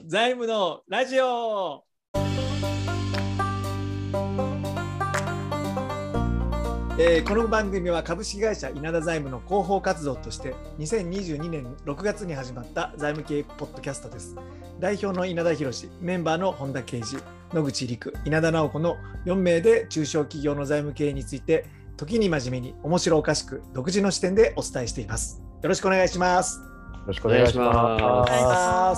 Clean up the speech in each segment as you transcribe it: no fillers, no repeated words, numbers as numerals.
財務のラジオ。この番組は株式会社稲田財務の広報活動として2022年6月に始まった財務系ポッドキャストです。代表の稲田博士、メンバーの本田圭司、野口陸、稲田直子の4名で中小企業の財務経営について時に真面目に面白おかしく独自の視点でお伝えしています。よろしくお願いします。 よろしくお願いします。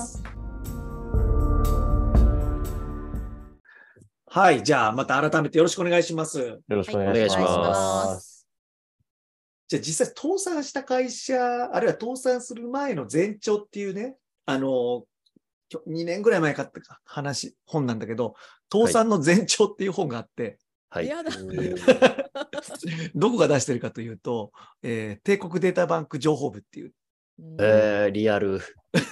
はい、じゃあまた改めてよろしくお願いします。よろしくお願いします。 じゃあ実際倒産した会社、あるいは倒産する前の前兆っていうね、2年ぐらい前買った本なんだけど、倒産の前兆っていう本があって、 はい、 どこが出してるかというと、帝国データバンク情報部っていう。 リアル。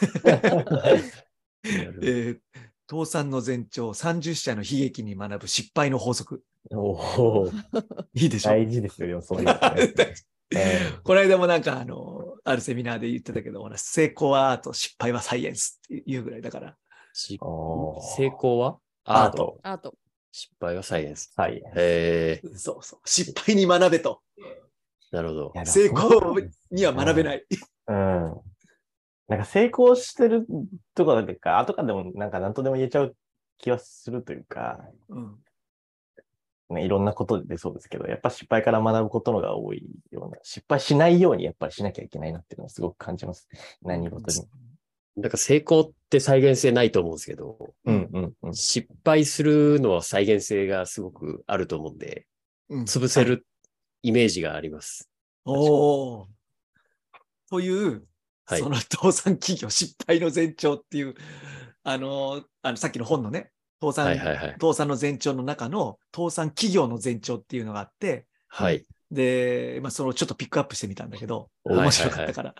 倒産の前兆、30社の悲劇に学ぶ失敗の法則。いいでしょ。 大事ですよ、そういう、 この間もなんかあるセミナーで言ってたけど、成功はアート、失敗はサイエンスっていうぐらいだから。 成功はアート。失敗はサイエンス。 そうそう。失敗に学べと。 なるほど。 成功には学べない。 なんか成功してるとかだか、後からでもなんか何とでも言えちゃう気はするというか、いろんなことでそうですけど、やっぱ失敗から学ぶことのが多いような、失敗しないようにやっぱりしなきゃいけないなっていうのはすごく感じます。何事に。 なんか成功って再現性ないと思うんですけど、失敗するのは再現性がすごくあると思うんで、潰せるイメージがあります。 という、その倒産企業失敗の前兆っていう、さっきの本のね、倒産の前兆の中の倒産企業の前兆っていうのがあって、で、そのちょっとピックアップしてみたんだけど、面白かったから。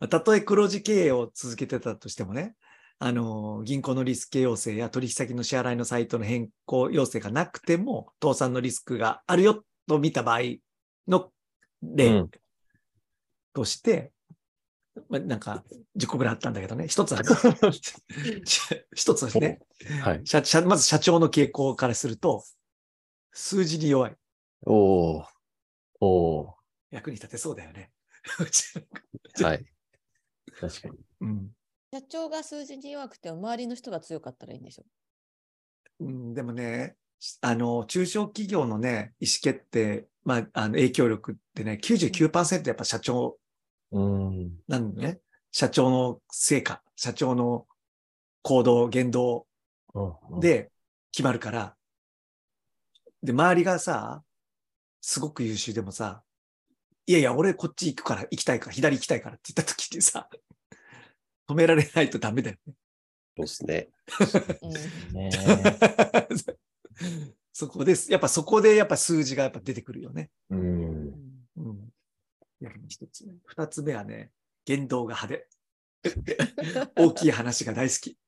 たとえ黒字経営を続けてたとしてもね、銀行のリスク要請や取引先の支払いのサイトの変更要請がなくても、倒産のリスクがあるよと見た場合の例として、なんか10個ぐらいあったんだけどね、一つはね、まず社長の傾向からすると、数字に弱い。役に立てそうだよね。 はい。 確かに。 社長が数字に弱くても周りの人が強かったらいいんでしょ。 でもね、中小企業のね、意思決定、影響力ってね、99% やっぱ社長なんでね、社長の成果、社長の行動、言動で決まるから、で、周りがさ、すごく優秀でもさ、いやいや、俺こっち行きたいから、左行きたいからって言った時にさ、止められないとダメだよね。 そうですね。 そこです。やっぱそこでやっぱ数字がやっぱ出てくるよね。一つね。二つ目はね、言動が派手。大きい話が大好き。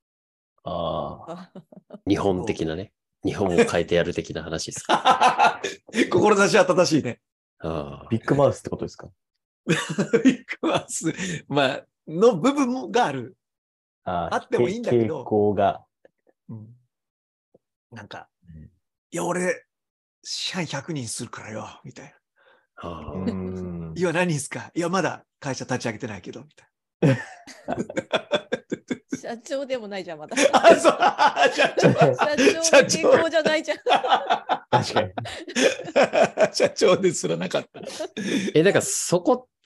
日本的なね。日本を変えてやる的な話ですか。志は正しいね。 ビッグマウスってことですか？ ビッグマウス、の部分がある。あってもいいんだけど。 傾向が。 なんか、いや、俺、社員100人するからよ、みたいな。いや、何人ですか？いや、まだ会社立ち上げてないけど、みたいな。 社長でもないじゃん、まだ。 社長の傾向じゃないじゃん。 確かに。 社長ですらなかった。 なんかそこって、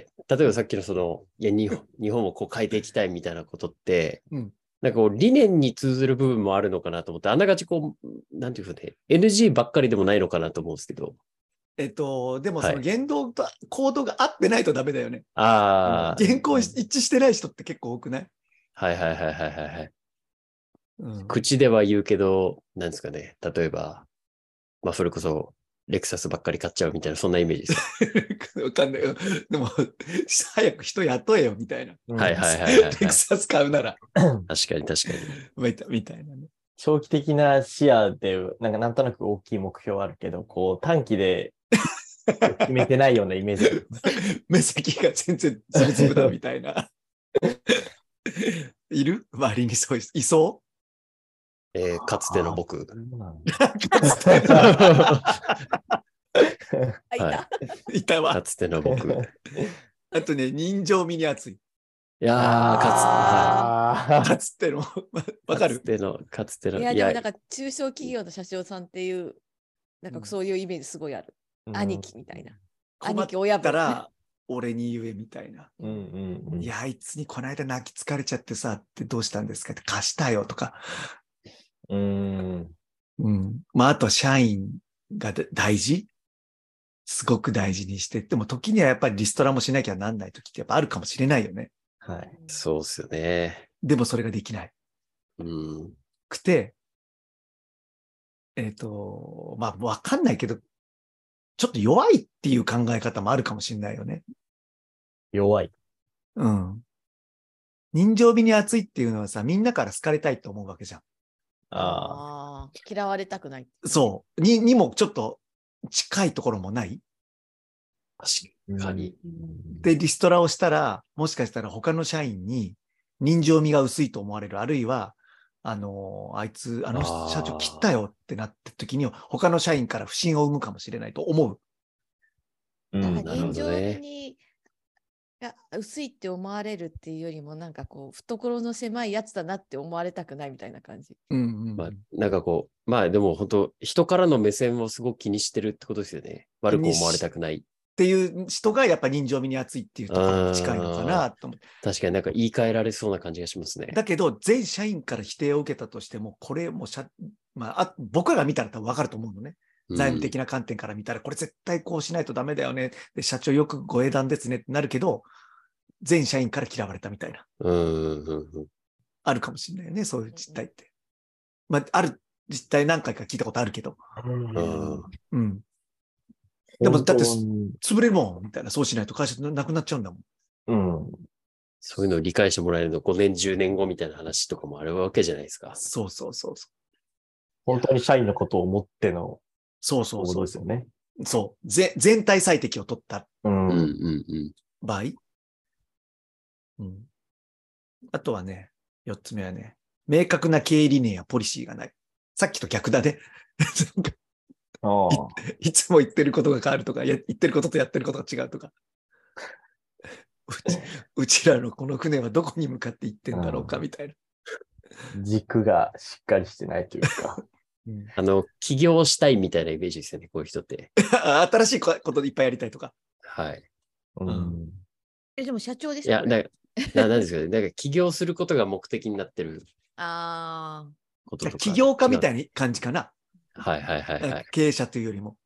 例えばさっきの日本をこう変えていきたいみたいなことって、なんか理念に通ずる部分もあるのかなと思って、あながちなんていうふうね、NG ばっかりでもないのかなと思うんですけど。 でもその言動と行動が合ってないとダメだよね。 原稿一致してない人って結構多くない？ はい。口では言うけど、なんですかね。例えば、それこそ、レクサスばっかり買っちゃうみたいな、そんなイメージですか？ わかんないよ。でも、早く人雇えよ、みたいな。 レクサス買うなら。 確かに。 みたいなね。 長期的な視野で、なんとなく大きい目標あるけど、短期で決めてないようなイメージ。 目先が全然ズブズブだみたいな。 いる周りにそういそう？ かつての僕。 かつていたわ。 かつての僕。 あとね、人情味に熱い。 いやー、 かつての、わかる？ かつての。 いや、でもなんか中小企業の社長さんっていう、なんかそういうイメージすごいある。兄貴みたいな。兄貴親分。 困ったら、俺に言えみたいな。いや、あいつにこの間泣き疲れちゃってさ、ってどうしたんですかって貸したよとか。まあ、あとは社員が大事。すごく大事にして。でも時にはやっぱりリストラもしなきゃなんない時ってやっぱあるかもしれないよね。 はい。 そうっすよね。 でもそれができない。くて、まあ、わかんないけど、ちょっと弱いっていう考え方もあるかもしれないよね。 弱い。 うん。人情味に熱いっていうのはさ、みんなから好かれたいと思うわけじゃん。 嫌われたくない。 そう。にもちょっと近いところもない？ 確かに。 で、リストラをしたら、もしかしたら他の社員に人情味が薄いと思われる。あるいは、あいつ、社長切ったよってなった時には、他の社員から不信を生むかもしれないと思う。 人情味に薄いって思われるっていうよりも、なんかこう、懐の狭いやつだなって思われたくないみたいな感じ。 なんかこう、まあでも本当、人からの目線をすごく気にしてるってことですよね。悪く思われたくない。 っていう人がやっぱ人情味に熱いっていうところに近いのかなと思って。 確かになんか言い換えられそうな感じがしますね。 だけど、全社員から否定を受けたとしても、これも僕らが見たら多分分かると思うのね。財務的な観点から見たら、これ絶対こうしないとダメだよね。で、社長よくご英断ですねってなるけど、全社員から嫌われたみたいな。あるかもしれないよね、そういう実態って。まあ、ある実態何回か聞いたことあるけど。でも、だって、潰れるもん、みたいな。そうしないと会社なくなっちゃうんだもん。 そういうのを理解してもらえるの5年、10年後みたいな話とかもあるわけじゃないですか。 そう。 本当に社員のことを思ってのそうですよね。 そう。全体最適を取った場合。あとはね、4つ目はね、明確な経営理念やポリシーがない。さっきと逆だね。いつも言ってることが変わるとか、言ってることとやってることが違うとか。うちらのこの船はどこに向かって行ってんだろうかみたいな。 軸がしっかりしてないというか。 起業したいみたいなイメージですよね、こういう人って。 新しいことでいっぱいやりたいとか。 はい。 でも社長でしょ？いや、 なんですかね。なんか起業することが目的になってることとか。起業家みたいな感じかな。 はい。 経営者というよりも。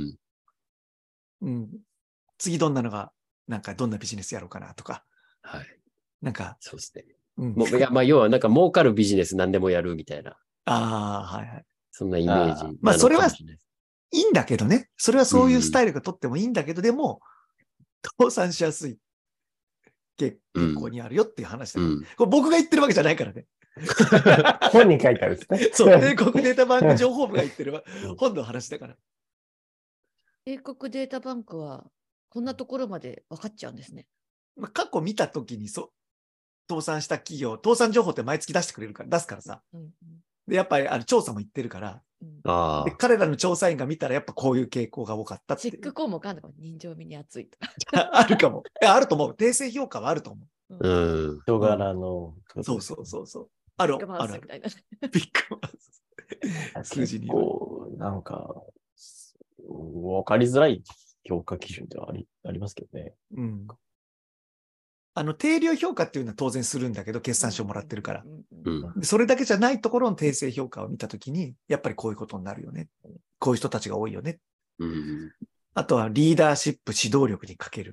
次どんなのが、なんかどんなビジネスやろうかなとか。 はい。 なんか。 そうですね。要はなんか儲かるビジネス何でもやるみたいな。 はい。 そんなイメージ。 まあそれはいいんだけどね。それはそういうスタイルがとってもいいんだけど、でも、倒産しやすい傾向にあるよっていう話だから。これ僕が言ってるわけじゃないからね。 本に書いてあるんですね。 そう、英国データバンク情報部が言ってる本の話だから。 英国データバンクはこんなところまで分かっちゃうんですね。 過去見たときに倒産した企業、倒産情報って毎月出すからさ。で、やっぱり調査も言ってるから、で彼らの調査員が見たらやっぱこういう傾向が多かったって。 チェック項目あるのか、人情味に熱いとか。あるかも。あると思う。訂正評価はあると思う。人柄の。 そう。ある。ビッグマウス。数字に。 なんか、分かりづらい評価基準ではありますけどね。 定量評価っていうのは当然するんだけど、決算書もらってるから。それだけじゃないところの訂正評価を見たときに、やっぱりこういうことになるよね。こういう人たちが多いよね。あとはリーダーシップ、指導力に欠ける。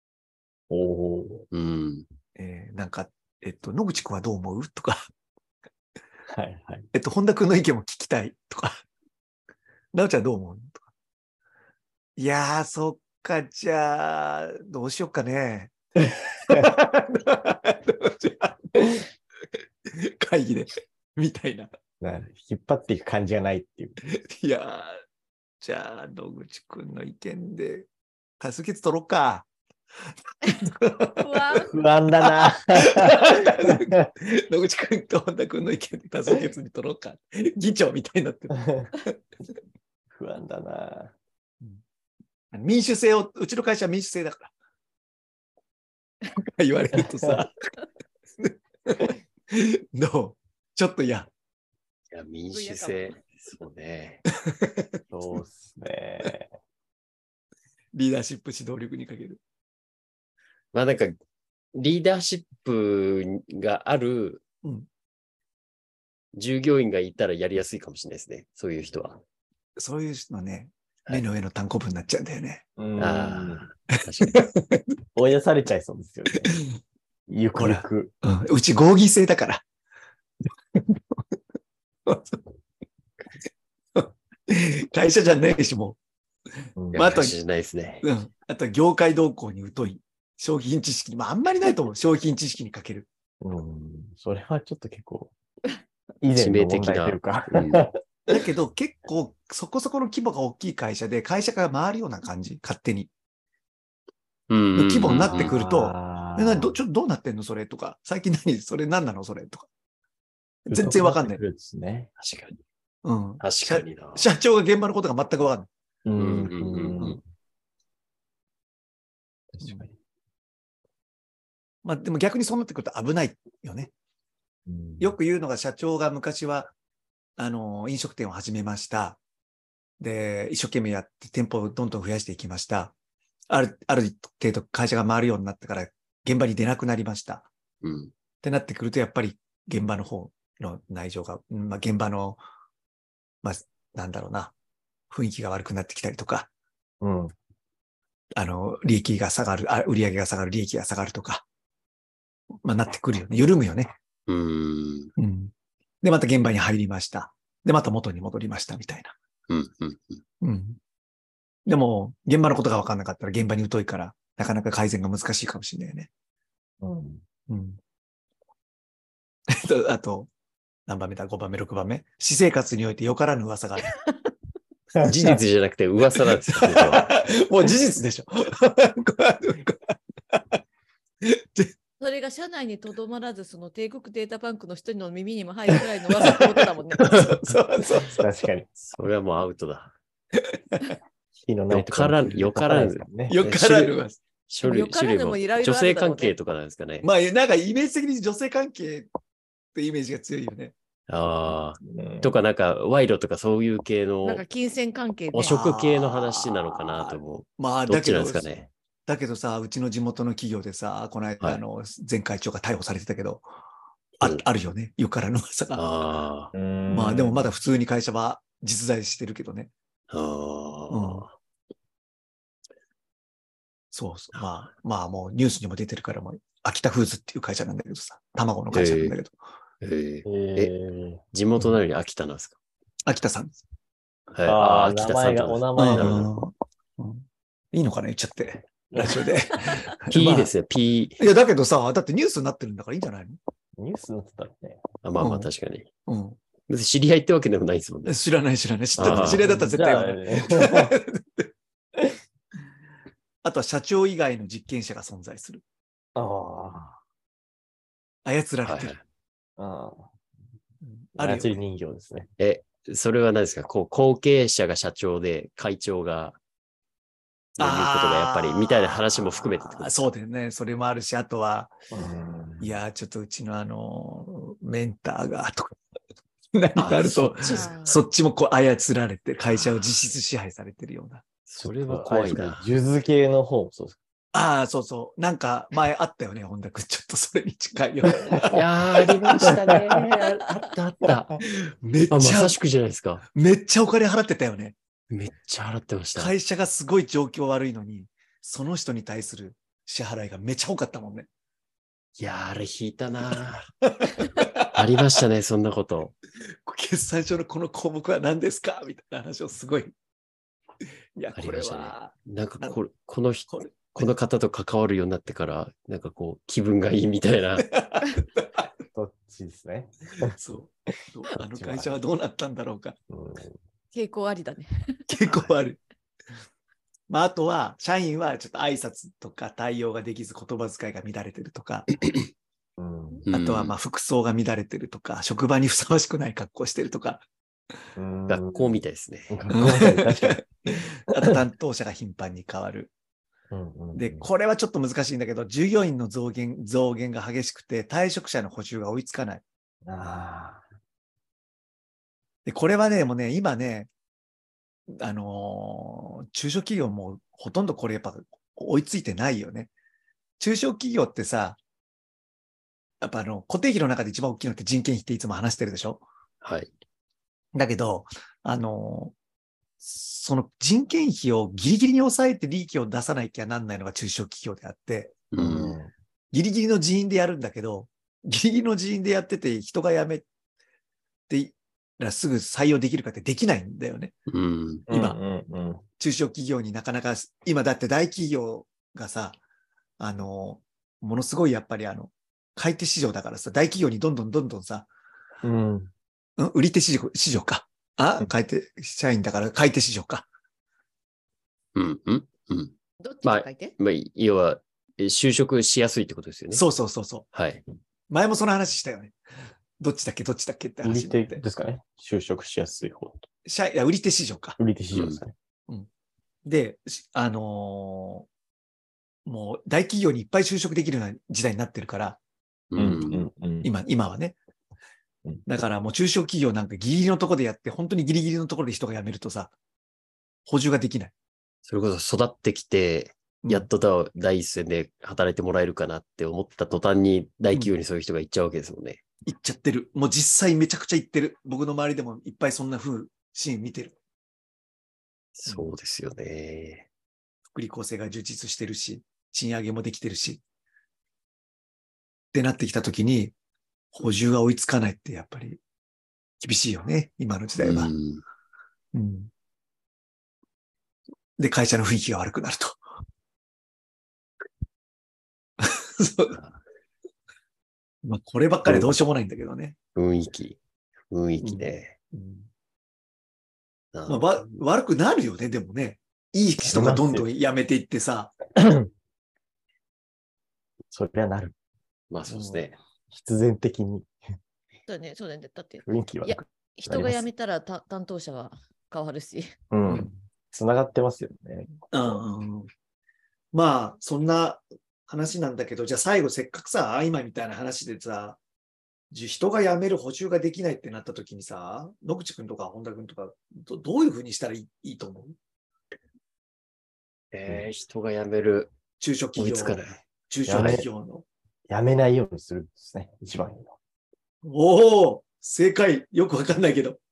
なんか、野口くんはどう思うとか。本田くんの意見も聞きたいとか。なおちゃんどう思うとか。いやー、そっか、じゃあ、どうしよっかね。会議で、みたいな。 引っ張っていく感じがないっていう。 いやー、じゃあ、野口くんの意見で、多数決取ろうか。 不安だな。 野口君と本田君の意見で多数決に取ろうか。議長みたいになってる。 不安だな。 民主制を、うちの会社は民主制だから。言われるとさ、どうちょっと嫌。 いや、民主制、そうね。 そうっすね。 リーダーシップ指導力にかける。 まあなんか、リーダーシップがある従業員がいたらやりやすいかもしれないですね。そういう人は。 そういう人はね、目の上の単行部になっちゃうんだよね。 ああ、確かに。 追い出されちゃいそうですよね。ゆくゆく。 うち合議制だから。会社じゃないし、もう。会社じゃないですね。 あとは業界動向に疎い。商品知識に、まああんまりないと思う。商品知識にかける。 それはちょっと結構、以前の問題というか。 だけど結構そこそこの規模が大きい会社で会社が回るような感じ、勝手に。規模になってくると、どうなってんのそれとか、最近それ何なのそれとか。全然わかんない。 確かに。確かにな。 社長が現場のことが全くわかんない。確かに。まあでも逆にそうなってくると危ないよね。よく言うのが社長が昔は、飲食店を始めました。で、一生懸命やって店舗をどんどん増やしていきました。ある程度会社が回るようになってから現場に出なくなりました。ってなってくるとやっぱり現場の方の内情が、現場の、なんだろうな、雰囲気が悪くなってきたりとか、利益が下がる、売上が下がる、利益が下がるとか、なってくるよね。緩むよね。で、また現場に入りました。で、また元に戻りましたみたいな。でも、現場のことが分かんなかったら現場に疎いから、なかなか改善が難しいかもしれないよね。あと、何番目だ ?5 番目、6番目。私生活においてよからぬ噂がある。 事実じゃなくて噂なんですよ。 もう事実でしょ。 それが社内にとどまらず、その帝国データバンクの人の耳にも入るくらいの噂ってことだもんね。 そう確かに。 それはもうアウトだ。 よからぬ。 よからぬ女性関係とかなんですかね。 まあ、なんかイメージ的に女性関係ってイメージが強いよね。 ああ。とかなんか賄賂とかそういう系の。 なんか金銭関係、 汚職系の話なのかなと思う。 まあ、 どっちなんですかね。 だけどさ、うちの地元の企業でさ、この間前会長が逮捕されてたけど、あるよね。よからぬ噂が。まあでもまだ普通に会社は実在してるけどね。そうそう。まあもうニュースにも出てるから、もう秋田フーズっていう会社なんだけどさ、卵の会社なんだけど。 地元なのに秋田なんですか？ 秋田さんです。 秋田さんお名前が。 いいのかな言っちゃって。ラジオで。 P ですよ、P。 いや、だけどさ、だってニュースになってるんだからいいんじゃないの？ ニュースになってたらね。 まあ確かに。別に知り合いってわけでもないですもんね。 知らない。知り合いだったら絶対言わない。あとは社長以外の実験者が存在する。操られてる。 操り人形ですね。 それは何ですか？後継者が社長で会長がいうことがやっぱりみたいな話も含めてってことですか？ そうだよね。それもあるし、あとは、いや、ちょっとうちのメンターがとか何かあると、そっちもこう操られて、会社を実質支配されてるような。 それは怖いな。 数珠系の方もそうですか？そうそう。なんか前あったよね、本田君。ちょっとそれに近いよ。 いやありましたね。あった。めっちゃ。まさしくじゃないですか。 めっちゃお金払ってたよね。 めっちゃ払ってました。 会社がすごい状況悪いのに、その人に対する支払いがめっちゃ多かったもんね。 いやあれ引いたな。ありましたね、そんなこと。 決算書のこの項目は何ですかみたいな話をすごい。いや、これは。 なんかこの方と関わるようになってから、なんかこう、気分がいいみたいな。 どっちですね。 そう。あの会社はどうなったんだろうか。 傾向ありだね。 傾向ある。 まあ、あとは、社員はちょっと挨拶とか対応ができず言葉遣いが乱れてるとか、あとはまあ服装が乱れてるとか、職場にふさわしくない格好してるとか。 学校みたいですね。 学校みたい、確かに。 あと担当者が頻繁に変わる。で、これはちょっと難しいんだけど、従業員の増減が激しくて、退職者の補充が追いつかない。で、これはね、もうね、今ね、中小企業もほとんどこれやっぱ追いついてないよね。中小企業ってさ、やっぱ固定費の中で一番大きいのって人件費っていつも話してるでしょ？ はい。 だけど、その人件費をギリギリに抑えて利益を出さなきゃなんないのが中小企業であって、ギリギリの人員でやるんだけど、ギリギリの人員でやってて人が辞めて、すぐ採用できるかってできないんだよね。今、中小企業になかなか、今だって大企業がさ、ものすごいやっぱり買い手市場だからさ、大企業にどんどんさ、売り手市場か。買い手、社員だから買い手市場か。 どっちが買い手？ 要は、就職しやすいってことですよね。 そう。 はい。 前もその話したよね。どっちだっけって話になって。 売り手ですかね。就職しやすい方。 売り手市場か。 売り手市場ですね。 で、もう大企業にいっぱい就職できるような時代になってるから、今はね。だからもう中小企業なんかギリギリのところでやって、本当にギリギリのところで人が辞めるとさ、補充ができない。 それこそ育ってきて、やっと第一線で働いてもらえるかなって思った途端に大企業にそういう人が行っちゃうわけですもんね。 行っちゃってる。もう実際めちゃくちゃ行ってる。僕の周りでもいっぱいそんな風シーン見てる。 そうですよね。 福利厚生が充実してるし、賃上げもできてるし。ってなってきたときに、補充が追いつかないってやっぱり厳しいよね。今の時代は。で、会社の雰囲気が悪くなると。まあこればっかりどうしようもないんだけどね。 雰囲気ね。 まあ、悪くなるよね、でもね。いい人がどんどん辞めていってさ。 そりゃなる。 まあそうですね。 必然的に。 そうだね。だって、 雰囲気は人が辞めたら担当者は変わるし。 つながってますよね。 まあ、そんな話なんだけど、じゃあ最後せっかくさ、今みたいな話でさ、人が辞める補充ができないってなった時にさ、野口くんとか本田くんとか、どういうふうにしたらいいと思う？ 人が辞める。 中小企業。中小企業の。 辞めないようにするんですね、一番いいの。 おお、正解。よくわかんないけど。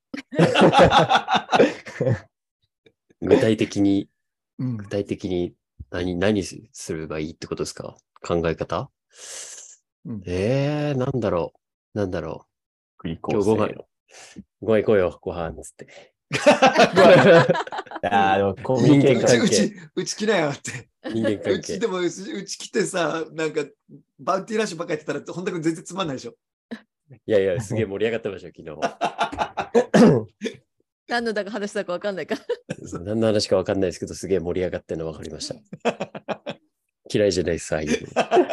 具体的に何すればいいってことですか？考え方？なんだろう。今日ご飯行こうよ、ご飯つって。 でもコミュニケーションうち来なよって。 人間関係。 うち来てさ、なんか、バウンティーラッシュばっかりやってたら、本田君全然つまんないでしょ。 いや、すげえ盛り上がってましたよ、昨日。 何の話だか分かんないから。 何の話か分かんないですけど、すげえ盛り上がってるの分かりました。嫌いじゃないです、ああいうの。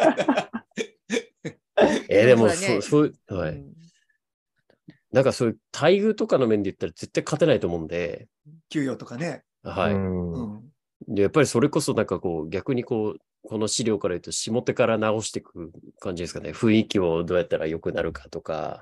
でも、はい。なんかそういう待遇とかの面で言ったら絶対勝てないと思うんで。 給与とかね。 はい。で、やっぱりそれこそなんか逆にこの資料から言うと下手から直していく感じですかね。雰囲気をどうやったら良くなるかとか、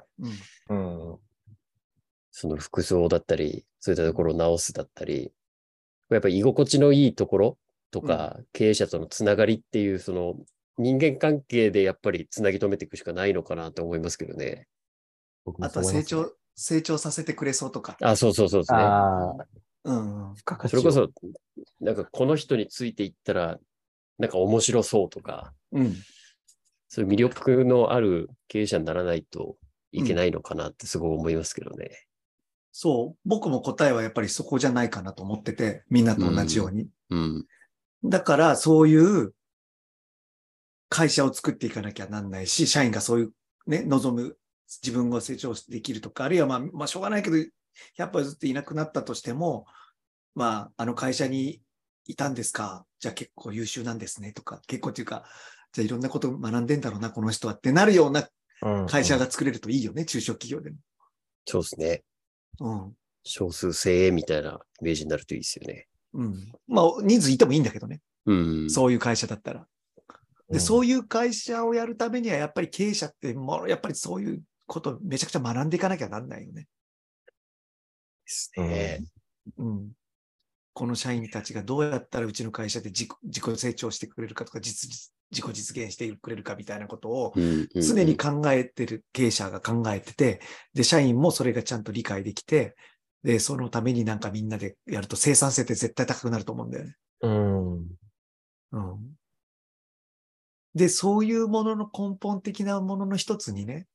その服装だったり、そういったところを直すだったり、やっぱり居心地のいいところとか、経営者とのつながりっていう、その人間関係でやっぱりつなぎ止めていくしかないのかなと思いますけどね。 あとは成長させてくれそうとか。 そうですね。それこそ、なんかこの人についていったら、なんか面白そうとか、そういう魅力のある経営者にならないといけないのかなってすごい思いますけどね。 そう。僕も答えはやっぱりそこじゃないかなと思ってて、みんなと同じように。だから、そういう会社を作っていかなきゃなんないし、社員がそういうね、望む自分が成長できるとか、あるいはまあしょうがないけど、100歩譲っていなくなったとしても、まあ、あの会社にいたんですか。じゃあ結構優秀なんですねとか、結構っていうか、じゃあいろんなこと学んでんだろうな、この人はってなるような会社が作れるといいよね、中小企業でも。 そうですね。 うん。 少数精鋭みたいなイメージになるといいですよね。 うん。まあ、人数いてもいいんだけどね。 うん。 そういう会社だったら。で、そういう会社をやるためには、やっぱり経営者って、やっぱりそういうことをめちゃくちゃ学んでいかなきゃなんないよね。 ですね。 うん。この社員たちがどうやったらうちの会社で自己成長してくれるかとか、自己実現してくれるかみたいなことを常に考えてる経営者が考えてて、で、社員もそれがちゃんと理解できて、で、そのためになんかみんなでやると生産性って絶対高くなると思うんだよね。うん。で、そういうものの根本的なものの一つにね、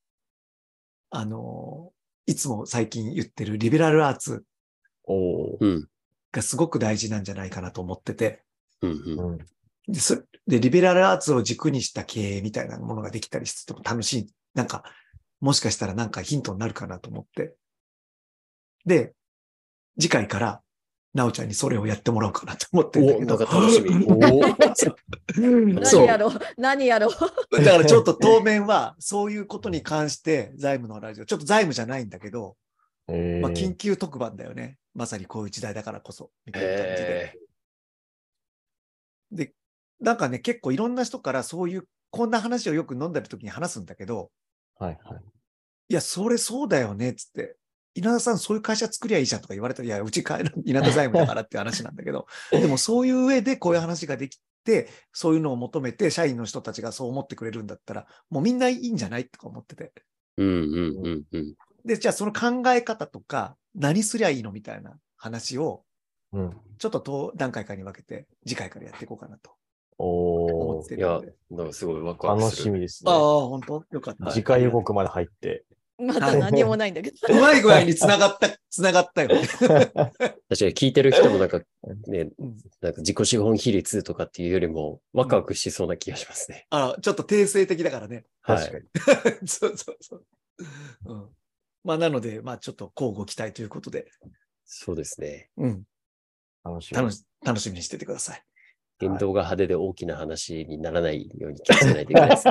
いつも最近言ってるリベラルアーツがすごく大事なんじゃないかなと思ってて、で、リベラルアーツを軸にした経営みたいなものができたりしても楽しい。なんか、もしかしたらなんかヒントになるかなと思って。で、次回から、なおちゃんにそれをやってもらおうかなと思ってるんだけど。 なんか楽しみ。 何やろう。 だからちょっと当面は、そういうことに関して財務のラジオ、ちょっと財務じゃないんだけど、まあ緊急特番だよね。まさにこういう時代だからこそ、みたいな感じで。で、なんかね、結構いろんな人からそういう、こんな話をよく飲んでる時に話すんだけど、いや、それそうだよね、つって。稲田さん、そういう会社作りゃいいじゃんとか言われたら、いや、うち稲田財務だからって話なんだけど、でもそういう上でこういう話ができて、そういうのを求めて、社員の人たちがそう思ってくれるんだったら、もうみんないいんじゃないとか思ってて。で、じゃあその考え方とか、何すりゃいいのみたいな話を、ちょっと段階かに分けて、次回からやっていこうかなと。思ってるので。 いや、なんかすごいワクワクする。 楽しみですね。 ああ、本当よかった。 次回予告まで入って。 まだ何もないんだけど。 うまい具合に繋がったよね。 確かに聞いてる人もなんかね、なんか自己資本比率とかっていうよりもワクワクしそうな気がしますね。 ちょっと定性的だからね。 確かに。 そうそうそう。まあなので、まあちょっと交互期待ということで。 そうですね。 楽しみにしててください。 言動が派手で大きな話にならないように気をつけないといけないです。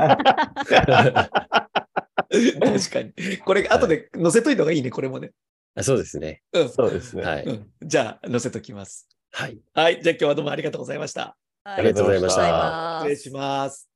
確かに。これ、後で載せといた方がいいね、これもね。 そうですね。 そうですね。 はい。 じゃあ、載せときます。 はい。 はい。じゃあ今日はどうもありがとうございました。 ありがとうございました。 失礼します。